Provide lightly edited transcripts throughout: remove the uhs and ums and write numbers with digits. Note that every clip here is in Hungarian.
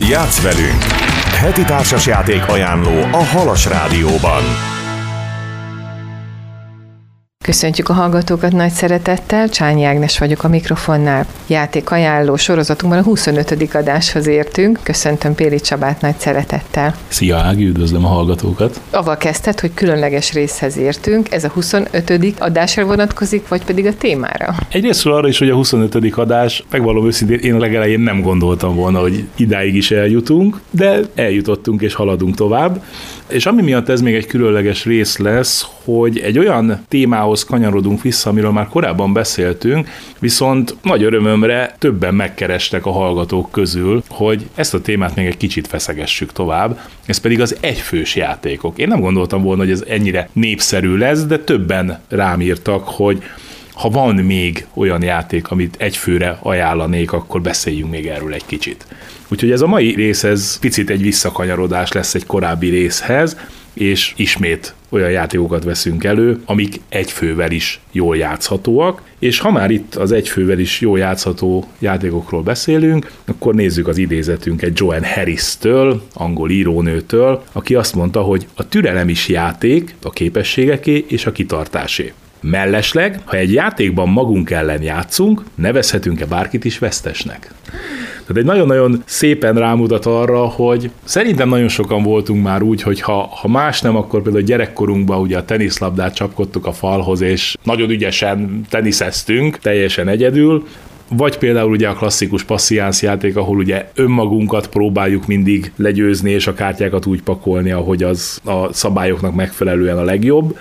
Játsz velünk! Heti társasjáték ajánló a Halas Rádióban. Köszöntjük a hallgatókat nagy szeretettel, Csányi Ágnes vagyok a mikrofonnál. Játékajánló sorozatunkban a 25. adáshoz értünk. Köszöntöm Péli Csabát nagy szeretettel. Szia Ági, üdvözlöm a hallgatókat! Avval kezdted, hogy különleges részhez értünk. Ez a 25. adásra vonatkozik, vagy pedig a témára? Egyrésztről arra is, hogy a 25. adás, megvallom őszintén, én legelején nem gondoltam volna, hogy idáig is eljutunk, de eljutottunk és haladunk tovább. És ami miatt ez még egy különleges rész lesz, hogy egy olyan témához kanyarodunk vissza, amiről már korábban beszéltünk, viszont nagy örömömre többen megkerestek a hallgatók közül, hogy ezt a témát még egy kicsit feszegessük tovább, ez pedig az egyfős játékok. Én nem gondoltam volna, hogy ez ennyire népszerű lesz, de többen rám írtak, hogy ha van még olyan játék, amit egyfőre ajánlanék, akkor beszéljünk még erről egy kicsit. Úgyhogy ez a mai rész, ez picit egy visszakanyarodás lesz egy korábbi részhez, és ismét olyan játékokat veszünk elő, amik egyfővel is jól játszhatóak, és ha már itt az egyfővel is jól játszható játékokról beszélünk, akkor nézzük az idézetünket Joanne Harris-től, angol írónőtől, aki azt mondta, hogy a türelem is játék, a képességeké és a kitartásé. Mellesleg, ha egy játékban magunk ellen játszunk, nevezhetünk-e bárkit is vesztesnek? Tehát egy nagyon-nagyon szépen rámutat arra, hogy szerintem nagyon sokan voltunk már úgy, hogy ha más nem, akkor például gyerekkorunkban ugye a teniszlabdát csapkodtuk a falhoz, és nagyon ügyesen teniszeztünk, teljesen egyedül, vagy például ugye a klasszikus passziánsz játék, ahol ugye önmagunkat próbáljuk mindig legyőzni, és a kártyákat úgy pakolni, ahogy az a szabályoknak megfelelően a legjobb.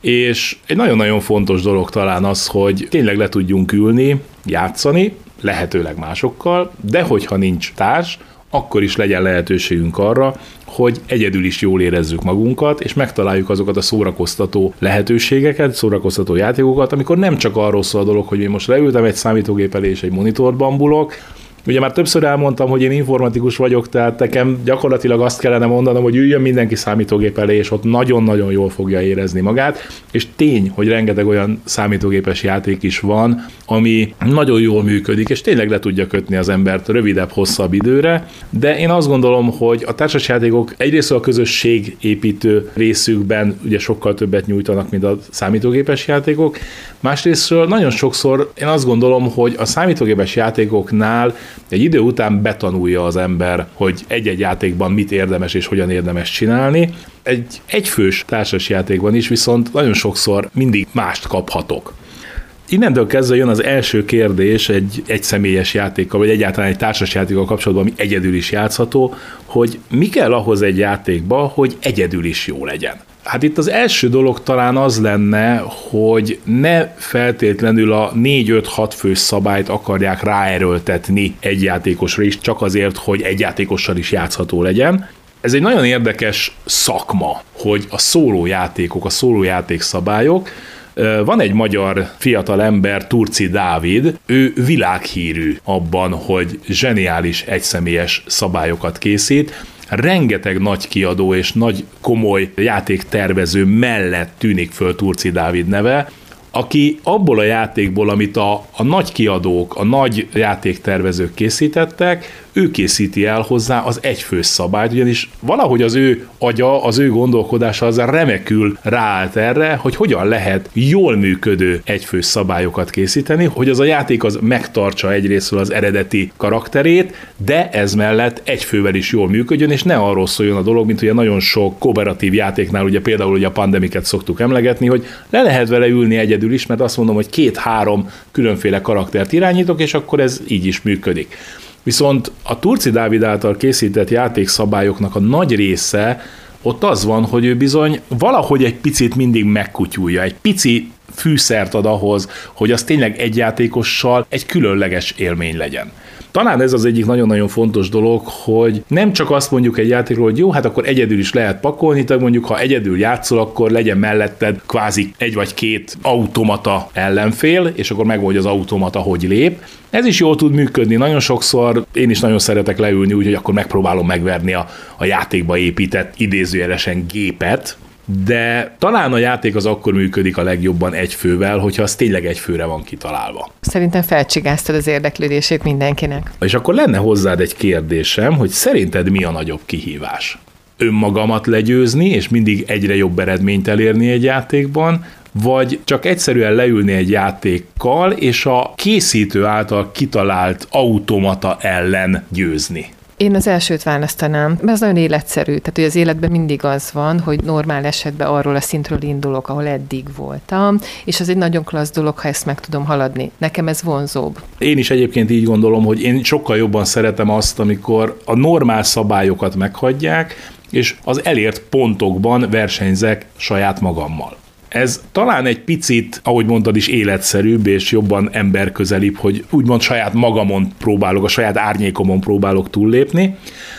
És egy nagyon-nagyon fontos dolog talán az, hogy tényleg le tudjunk ülni, játszani, lehetőleg másokkal, de hogyha nincs társ, akkor is legyen lehetőségünk arra, hogy egyedül is jól érezzük magunkat, és megtaláljuk azokat a szórakoztató lehetőségeket, szórakoztató játékokat, amikor nem csak arról szól a dolog, hogy én most leültem egy számítógép elé és egy monitort bambulok. Ugye már többször elmondtam, hogy én informatikus vagyok, tehát nekem gyakorlatilag azt kellene mondanom, hogy üljön mindenki számítógép elé, és ott nagyon-nagyon jól fogja érezni magát, és tény, hogy rengeteg olyan számítógépes játék is van, ami nagyon jól működik, és tényleg le tudja kötni az embert rövidebb, hosszabb időre, de én azt gondolom, hogy a társasjátékok egyrészt a közösségépítő részükben ugye sokkal többet nyújtanak, mint a számítógépes játékok, másrésztről nagyon sokszor én azt gondolom, hogy a számítógépes játékoknál egy idő után betanulja az ember, hogy egy-egy játékban mit érdemes és hogyan érdemes csinálni. Egy egyfős társasjátékban is viszont nagyon sokszor mindig mást kaphatok. Innentől kezdve jön az első kérdés egy egyszemélyes játékkal, vagy egyáltalán egy társasjátékkal kapcsolatban, ami egyedül is játszható, hogy mi kell ahhoz egy játékba, hogy egyedül is jó legyen. Hát itt az első dolog talán az lenne, hogy ne feltétlenül a 4-5-6 fős szabályt akarják ráerőltetni egy játékosra is, csak azért, hogy egy játékossal is játszható legyen. Ez egy nagyon érdekes szakma, hogy a szólójátékok, a szólójáték szabályok. Van egy magyar fiatal ember, Turci Dávid, ő világhírű abban, hogy zseniális egyszemélyes szabályokat készít. Rengeteg nagy kiadó és nagy komoly játéktervező mellett tűnik föl Turci Dávid neve, aki abból a játékból, amit a nagy kiadók, a nagy játéktervezők készítettek, ő készíti el hozzá az egyfős szabályt, ugyanis valahogy az ő agya, az ő gondolkodása az remekül ráállt erre, hogy hogyan lehet jól működő egyfős szabályokat készíteni, hogy az a játék az megtartsa egyrésztről az eredeti karakterét, de ez mellett egyfővel is jól működjön, és ne arról szóljon a dolog, mint ugye nagyon sok kooperatív játéknál, ugye például ugye a Pandemicet szoktuk emlegetni, hogy le lehet vele ülni egyedül is, mert azt mondom, hogy 2-3 különféle karaktert irányítok, és akkor ez így is működik. Viszont a Turci Dávid által készített játékszabályoknak a nagy része ott az van, hogy ő bizony valahogy egy picit mindig megkutyulja, egy pici fűszert ad ahhoz, hogy az tényleg egy játékossal egy különleges élmény legyen. Talán ez az egyik nagyon-nagyon fontos dolog, hogy nem csak azt mondjuk egy játékról, hogy jó, hát akkor egyedül is lehet pakolni, tehát mondjuk ha egyedül játszol, akkor legyen melletted kvázi 1 vagy 2 automata ellenfél, és akkor megvan, hogy az automata hogy lép. Ez is jól tud működni, nagyon sokszor én is nagyon szeretek leülni, úgyhogy akkor megpróbálom megverni a játékba épített idézőjelesen gépet, de talán a játék az akkor működik a legjobban egy fővel, hogyha az tényleg egy főre van kitalálva. Szerintem felcsigáztad az érdeklődését mindenkinek. És akkor lenne hozzád egy kérdésem, hogy szerinted mi a nagyobb kihívás? Önmagamat legyőzni, és mindig egyre jobb eredményt elérni egy játékban, vagy csak egyszerűen leülni egy játékkal, és a készítő által kitalált automata ellen győzni? Én az elsőt választanám, mert ez nagyon életszerű. Tehát, hogy az életben mindig az van, hogy normál esetben arról a szintről indulok, ahol eddig voltam, és az egy nagyon klassz dolog, ha ezt meg tudom haladni. Nekem ez vonzóbb. Én is egyébként így gondolom, hogy én sokkal jobban szeretem azt, amikor a normál szabályokat meghagyják, és az elért pontokban versenyzek saját magammal. Ez talán egy picit, ahogy mondtad is, életszerűbb és jobban emberközelibb, hogy úgymond saját magamon próbálok, a saját árnyékomon próbálok túllépni.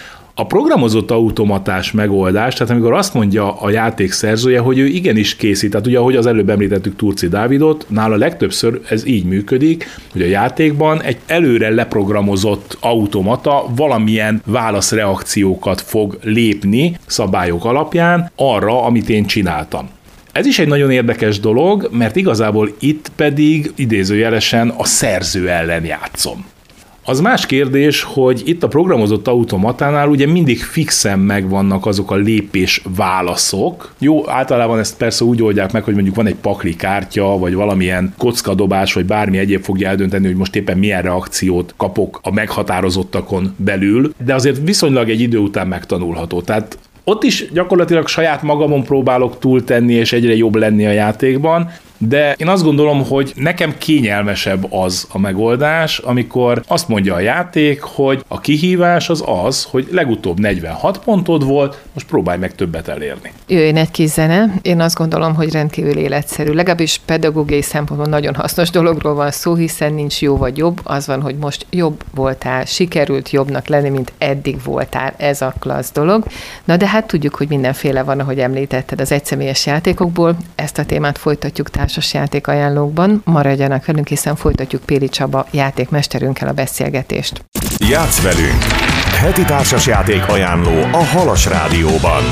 A programozott automatás megoldás, tehát amikor azt mondja a játék szerzője, hogy ő igenis készít, tehát ugye ahogy az előbb említettük Turci Dávidot, nála legtöbbször ez így működik, hogy a játékban egy előre leprogramozott automata valamilyen válaszreakciókat fog lépni szabályok alapján arra, amit én csináltam. Ez is egy nagyon érdekes dolog, mert igazából itt pedig idézőjelesen a szerző ellen játszom. Az más kérdés, hogy itt a programozott automatánál ugye mindig fixen megvannak azok a lépés válaszok. Jó, általában ezt persze úgy oldják meg, hogy mondjuk van egy pakli kártya, vagy valamilyen kockadobás, vagy bármi egyéb fogja eldönteni, hogy most éppen milyen reakciót kapok a meghatározottakon belül, de azért viszonylag egy idő után megtanulható. Tehát ott is gyakorlatilag saját magamon próbálok túltenni, és egyre jobb lenni a játékban, de én azt gondolom, hogy nekem kényelmesebb az a megoldás, amikor azt mondja a játék, hogy a kihívás az, hogy legutóbb 46 pontod volt, most próbálj meg többet elérni. Jöjjön egy kis zene. Én azt gondolom, hogy rendkívül életszerű. Legalábbis pedagógiai szempontból nagyon hasznos dologról van szó, hiszen nincs jó vagy jobb, az van, hogy most jobb voltál, sikerült jobbnak lenni, mint eddig voltál. Ez a klassz dolog. Na de hát tudjuk, hogy mindenféle van, ahogy említetted az egyszemélyes játékokból. Ezt a témát folytatjuk társas játékajánlókban. Maradjanak velünk, hiszen folytatjuk Péli Csaba játékmesterünkkel a beszélgetést. Játsz velünk! Heti társas játék ajánló a Halas Rádióban.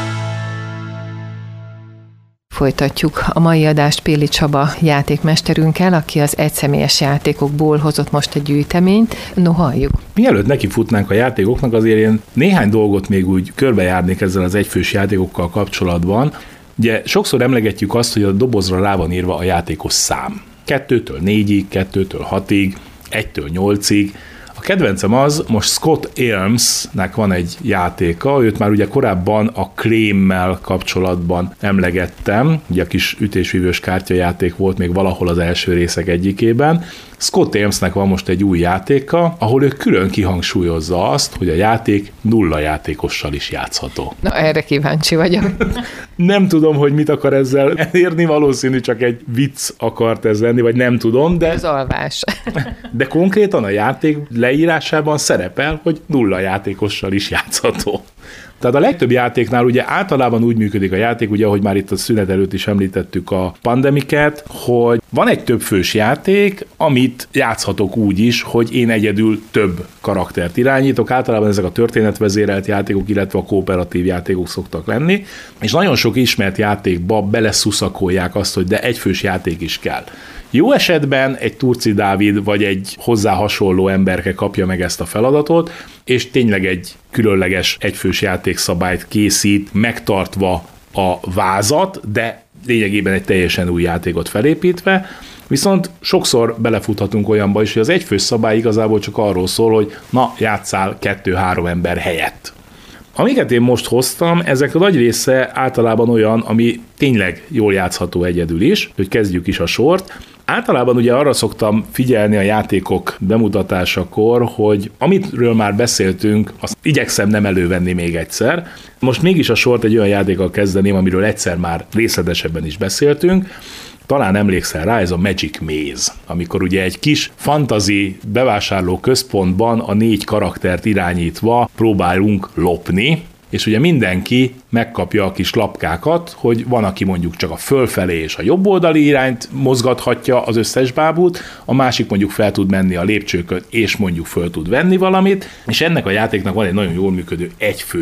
Folytatjuk a mai adást Péli Csaba játékmesterünkkel, aki az egyszemélyes játékokból hozott most egy gyűjteményt. No, halljuk. Mielőtt nekifutnánk a játékoknak, azért én néhány dolgot még úgy körbejárnék ezzel az egyfős játékokkal kapcsolatban. Ugye sokszor emlegetjük azt, hogy a dobozra rá van írva a játékos szám. 2-től 4-ig, 2-től 6-ig, 1-től 8-ig. A kedvencem az, most Scott Ames-nek van egy játéka, őt már ugye korábban a Claim-mel kapcsolatban emlegettem, ugye a kis ütésvívős kártyajáték volt még valahol az első részek egyikében. Scott Amesnek van most egy új játéka, ahol ő külön kihangsúlyozza azt, hogy a játék 0 játékossal is játszható. Na, erre kíváncsi vagyok. Nem tudom, hogy mit akar ezzel elérni, valószínű csak egy vicc akart ez lenni, vagy nem tudom, de... Az alvás. De konkrétan a játék leírásában szerepel, hogy 0 játékossal is játszható. Tehát a legtöbb játéknál ugye általában úgy működik a játék, ugye ahogy már itt a szünet előtt is említettük a Pandemicet, hogy van egy többfős játék, amit játszhatok úgy is, hogy én egyedül több karaktert irányítok. Általában ezek a történetvezérelt játékok, illetve a kooperatív játékok szoktak lenni, és nagyon sok ismert játékba beleszuszakolják azt, hogy de egyfős játék is kell. Jó esetben egy Turci Dávid vagy egy hozzá hasonló emberke kapja meg ezt a feladatot, és tényleg egy különleges egyfős játékszabályt készít, megtartva a vázat, de lényegében egy teljesen új játékot felépítve, viszont sokszor belefuthatunk olyanba is, hogy az egyfős szabály igazából csak arról szól, hogy na, játsszál 2-3 ember helyett. Amiket én most hoztam, ezek a nagy része általában olyan, ami tényleg jól játszható egyedül is, hogy kezdjük is a sort. Általában ugye arra szoktam figyelni a játékok bemutatásakor, hogy amitről már beszéltünk, azt igyekszem nem elővenni még egyszer. Most mégis a sort egy olyan játékkal kezdeném, amiről egyszer már részletesebben is beszéltünk. Talán emlékszel rá, ez a Magic Maze, amikor ugye egy kis fantasy bevásárló központban a 4 karaktert irányítva próbálunk lopni, és ugye mindenki megkapja a kis lapkákat, hogy van, aki mondjuk csak a fölfelé és a jobb oldali irányt mozgathatja az összes bábút, a másik mondjuk fel tud menni a lépcsőkön, és mondjuk föl tud venni valamit, és ennek a játéknak van egy nagyon jól működő egyfős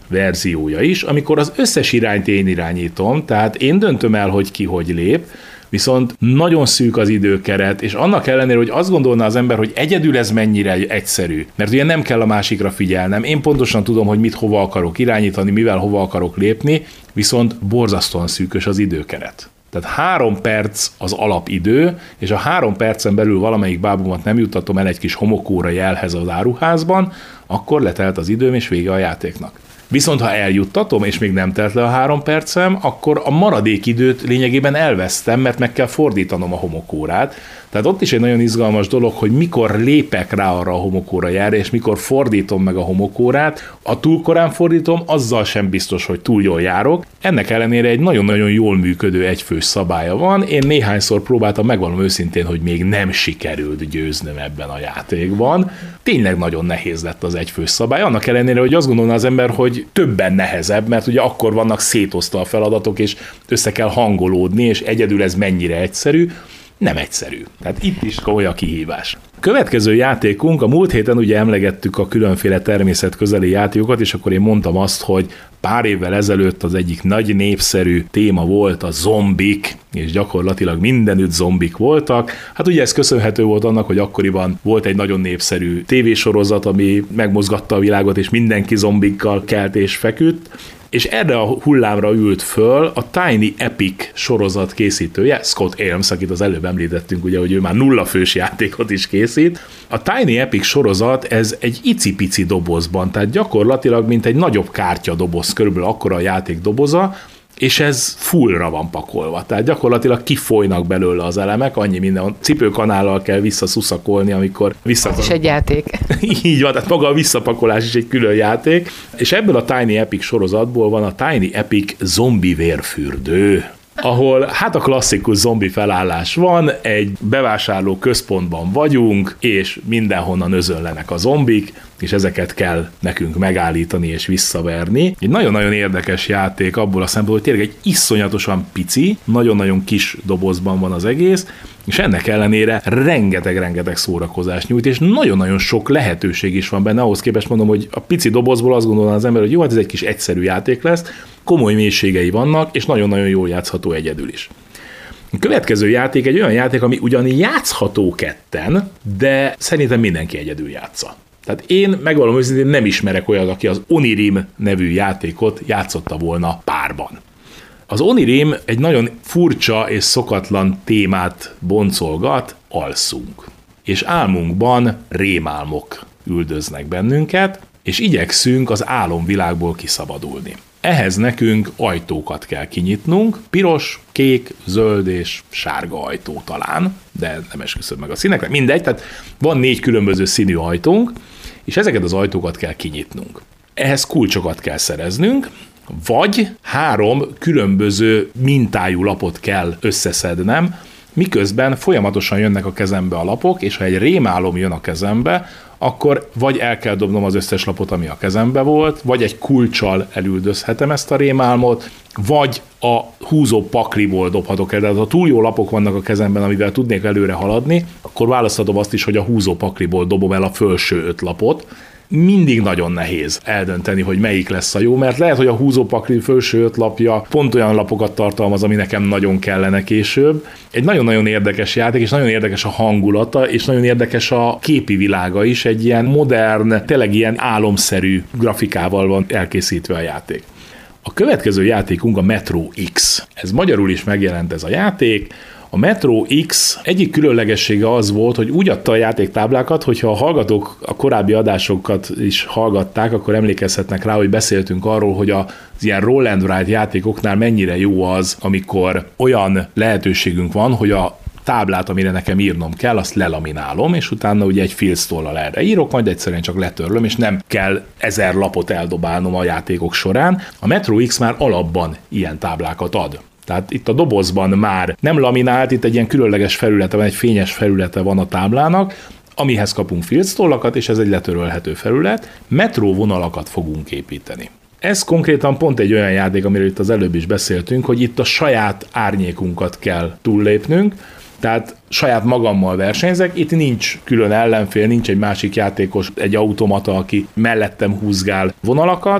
verziója is, amikor az összes irányt én irányítom, tehát én döntöm el, hogy ki hogy lép, viszont nagyon szűk az időkeret, és annak ellenére, hogy azt gondolná az ember, hogy egyedül ez mennyire egyszerű, mert ugye nem kell a másikra figyelnem, én pontosan tudom, hogy mit hova akarok irányítani, mivel hova akarok lépni, viszont borzasztóan szűkös az időkeret. Tehát 3 perc az alapidő, és a 3 percen belül valamelyik bábumat nem juttatom el egy kis homokóra jelhez az áruházban, akkor letelt az időm, és vége a játéknak. Viszont ha eljuttatom, és még nem telt le a 3 percem, akkor a maradék időt lényegében elvesztem, mert meg kell fordítanom a homokórát. Tehát ott is egy nagyon izgalmas dolog, hogy mikor lépek rá arra a homokóra járra, és mikor fordítom meg a homokórát. A túl korán fordítom, azzal sem biztos, hogy túl jól járok. Ennek ellenére egy nagyon-nagyon jól működő egyfős szabálya van. Én néhányszor próbáltam, megvallom őszintén, hogy még nem sikerült győznöm ebben a játékban. Tényleg nagyon nehéz lett az egyfős szabály. Annak ellenére, hogy azt gondolná az ember, hogy többen nehezebb, mert ugye akkor vannak szétosztva a feladatok, és össze kell hangolódni, és egyedül ez mennyire egyszerű. Nem egyszerű. Tehát itt is komoly a kihívás. Következő játékunk, a múlt héten ugye emlegettük a különféle természetközeli játékokat, és akkor én mondtam azt, hogy pár évvel ezelőtt az egyik nagy népszerű téma volt a zombik, és gyakorlatilag mindenütt zombik voltak. Hát ugye ez köszönhető volt annak, hogy akkoriban volt egy nagyon népszerű tévésorozat, ami megmozgatta a világot, és mindenki zombikkal kelt és feküdt. És erre a hullámra ült föl a Tiny Epic sorozat készítője, Scott Ames, akit az előbb említettünk, ugye, hogy ő már 0 fős játékot is készít. A Tiny Epic sorozat, ez egy icipici dobozban, tehát gyakorlatilag mint egy nagyobb kártyadoboz, körülbelül akkora a játék doboza, és ez fullra van pakolva. Tehát gyakorlatilag kifolynak belőle az elemek, annyi minden, cipőkanállal kell visszaszuszakolni, amikor Ez is egy játék. Így van, tehát maga a visszapakolás is egy külön játék. És ebből a Tiny Epic sorozatból van a Tiny Epic zombi vérfürdő, ahol hát a klasszikus zombi felállás van, egy bevásárló központban vagyunk, és mindenhonnan özönlenek a zombik, és ezeket kell nekünk megállítani és visszaverni. Egy nagyon-nagyon érdekes játék abból a szempontból, hogy tényleg egy iszonyatosan pici, nagyon-nagyon kis dobozban van az egész, és ennek ellenére rengeteg szórakozás nyújt, és nagyon-nagyon sok lehetőség is van benne, ahhoz képest mondom, hogy a pici dobozból azt gondolná az ember, hogy jó, hát ez egy kis egyszerű játék lesz, komoly mélységei vannak, és nagyon-nagyon jól játszható egyedül is. A következő játék egy olyan játék, ami ugyan játszható ketten, de szerintem mindenki egyedül játsza. Tehát én megvallom őszintén nem ismerek olyat, aki az Onirim nevű játékot játszotta volna párban. Az Onirim egy nagyon furcsa és szokatlan témát boncolgat, alszunk. És álmunkban rémálmok üldöznek bennünket, és igyekszünk az álomvilágból kiszabadulni. Ehhez nekünk ajtókat kell kinyitnunk, piros, kék, zöld és sárga ajtó talán, de nem esküszöm meg a színekre, mindegy, tehát van 4 különböző színű ajtónk, és ezeket az ajtókat kell kinyitnunk. Ehhez kulcsokat kell szereznünk, vagy 3 különböző mintájú lapot kell összeszednem, miközben folyamatosan jönnek a kezembe a lapok, és ha egy rémálom jön a kezembe, akkor vagy el kell dobnom az összes lapot, ami a kezembe volt, vagy egy kulccsal elüldözhetem ezt a rémálmot, vagy a húzó pakliból dobhatok el. Tehát ha túl jó lapok vannak a kezemben, amivel tudnék előre haladni, akkor választhatom azt is, hogy a húzó pakliból dobom el a felső 5 lapot. Mindig nagyon nehéz eldönteni, hogy melyik lesz a jó, mert lehet, hogy a húzópakli felső 5 lapja pont olyan lapokat tartalmaz, ami nekem nagyon kellene később. Egy nagyon-nagyon érdekes játék, és nagyon érdekes a hangulata, és nagyon érdekes a képi világa is, egy ilyen modern, tényleg ilyen álomszerű grafikával van elkészítve a játék. A következő játékunk a Metro X. Ez magyarul is megjelent ez a játék. A Metro X egyik különlegessége az volt, hogy úgy adta a játéktáblákat, hogyha a hallgatók a korábbi adásokat is hallgatták, akkor emlékezhetnek rá, hogy beszéltünk arról, hogy az ilyen roll and write játékoknál mennyire jó az, amikor olyan lehetőségünk van, hogy a táblát, amire nekem írnom kell, azt lelaminálom, és utána ugye egy filctollal erre írok, majd egyszerűen csak letörlöm, és nem kell 1000 lapot eldobálnom a játékok során. A Metro X már alapban ilyen táblákat ad. Tehát itt a dobozban már nem laminált, itt egy ilyen különleges felülete van, egy fényes felülete van a táblának, amihez kapunk filctollakat, és ez egy letörölhető felület. Metró vonalakat fogunk építeni. Ez konkrétan pont egy olyan játék, amiről itt az előbb is beszéltünk, hogy itt a saját árnyékunkat kell túllépnünk, tehát saját magammal versenyzek, itt nincs külön ellenfél, nincs egy másik játékos, egy automata, aki mellettem húzgál vonalakat,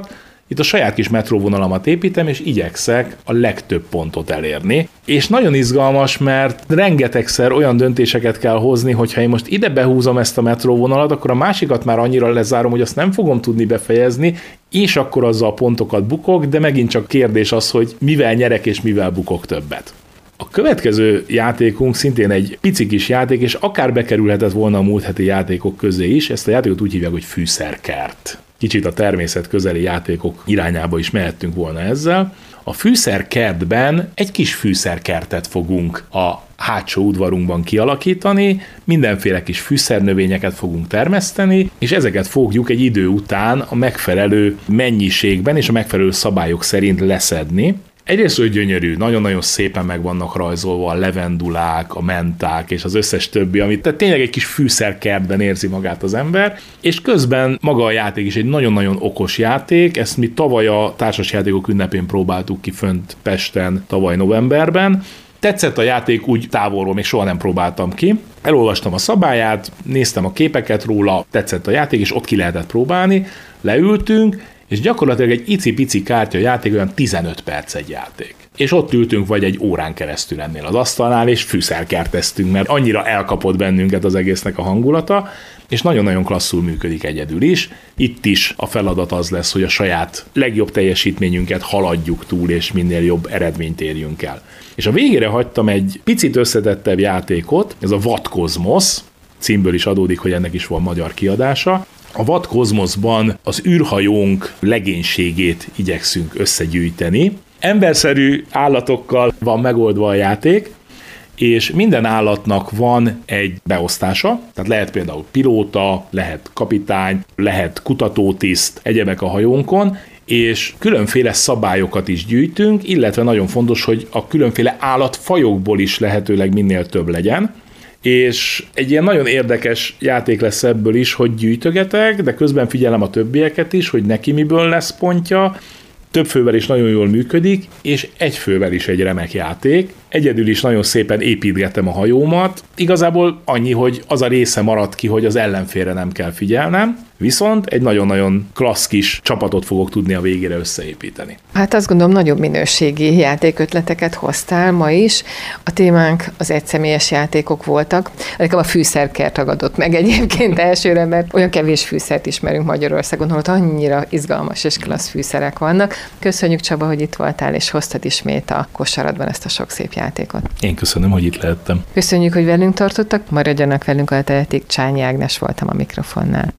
Itt a saját kis metróvonalamat építem, és igyekszek a legtöbb pontot elérni. És nagyon izgalmas, mert rengetegszer olyan döntéseket kell hozni, hogyha én most ide behúzom ezt a metróvonalat, akkor a másikat már annyira lezárom, hogy azt nem fogom tudni befejezni, és akkor azzal pontokat bukok, de megint csak kérdés az, hogy mivel nyerek és mivel bukok többet. A következő játékunk szintén egy pici kis játék, és akár bekerülhetett volna a múlt heti játékok közé is, ezt a játékot úgy hívják, hogy fűszerkert. Kicsit a természet közeli játékok irányába is mehettünk volna ezzel. A fűszerkertben egy kis fűszerkertet fogunk a hátsó udvarunkban kialakítani, mindenféle kis fűszernövényeket fogunk termeszteni, és ezeket fogjuk egy idő után a megfelelő mennyiségben és a megfelelő szabályok szerint leszedni. Egyrészt ő gyönyörű, nagyon-nagyon szépen meg vannak rajzolva a levendulák, a menták és az összes többi, amit tehát tényleg egy kis fűszerkertben érzi magát az ember, és közben maga a játék is egy nagyon-nagyon okos játék, ezt mi tavaly a társasjátékok ünnepén próbáltuk ki fönt Pesten tavaly novemberben. Tetszett a játék úgy távolról, még soha nem próbáltam ki. Elolvastam a szabályát, néztem a képeket róla, tetszett a játék, és ott ki lehetett próbálni, leültünk, és gyakorlatilag egy icipici kártyajáték, olyan 15 perc egy játék. És ott ültünk vagy egy órán keresztül ennél az asztalnál, és fűszerkerteztünk, mert annyira elkapott bennünket az egésznek a hangulata, és nagyon-nagyon klasszul működik egyedül is. Itt is a feladat az lesz, hogy a saját legjobb teljesítményünket haladjuk túl, és minél jobb eredményt érjünk el. És a végére hagytam egy picit összetettebb játékot, ez a Vadkozmosz, címből is adódik, hogy ennek is van magyar kiadása. A Vadkozmoszban az űrhajónk legénységét igyekszünk összegyűjteni. Emberszerű állatokkal van megoldva a játék, és minden állatnak van egy beosztása, tehát lehet például pilóta, lehet kapitány, lehet kutatótiszt, egyebek a hajónkon, és különféle szabályokat is gyűjtünk, illetve nagyon fontos, hogy a különféle állatfajokból is lehetőleg minél több legyen, és egy ilyen nagyon érdekes játék lesz ebből is, hogy gyűjtögetek, de közben figyelem a többieket is, hogy neki miből lesz pontja, több fővel is nagyon jól működik, és egy fővel is egy remek játék. Egyedül is nagyon szépen építgetem a hajómat. Igazából annyi, hogy az a része maradt ki, hogy az ellenfélre nem kell figyelnem, viszont egy nagyon-nagyon klassz kis csapatot fogok tudni a végére összeépíteni. Hát azt gondolom, nagyobb minőségi játékötleteket hoztál ma is. A témánk az egyszemélyes játékok voltak. Nekem a fűszerkert ragadott meg egyébként elsőre, mert olyan kevés fűszert ismerünk Magyarországon, ahol annyira izgalmas és klassz fűszerek vannak. Köszönjük, Csaba, hogy itt voltál, és hoztad ismét a kosaradban ezt a sok szép játékot. Én köszönöm, hogy itt lehettem. Köszönjük, hogy velünk tartottak, maradjanak velünk a tehetik. Csányi Ágnes voltam a mikrofonnál.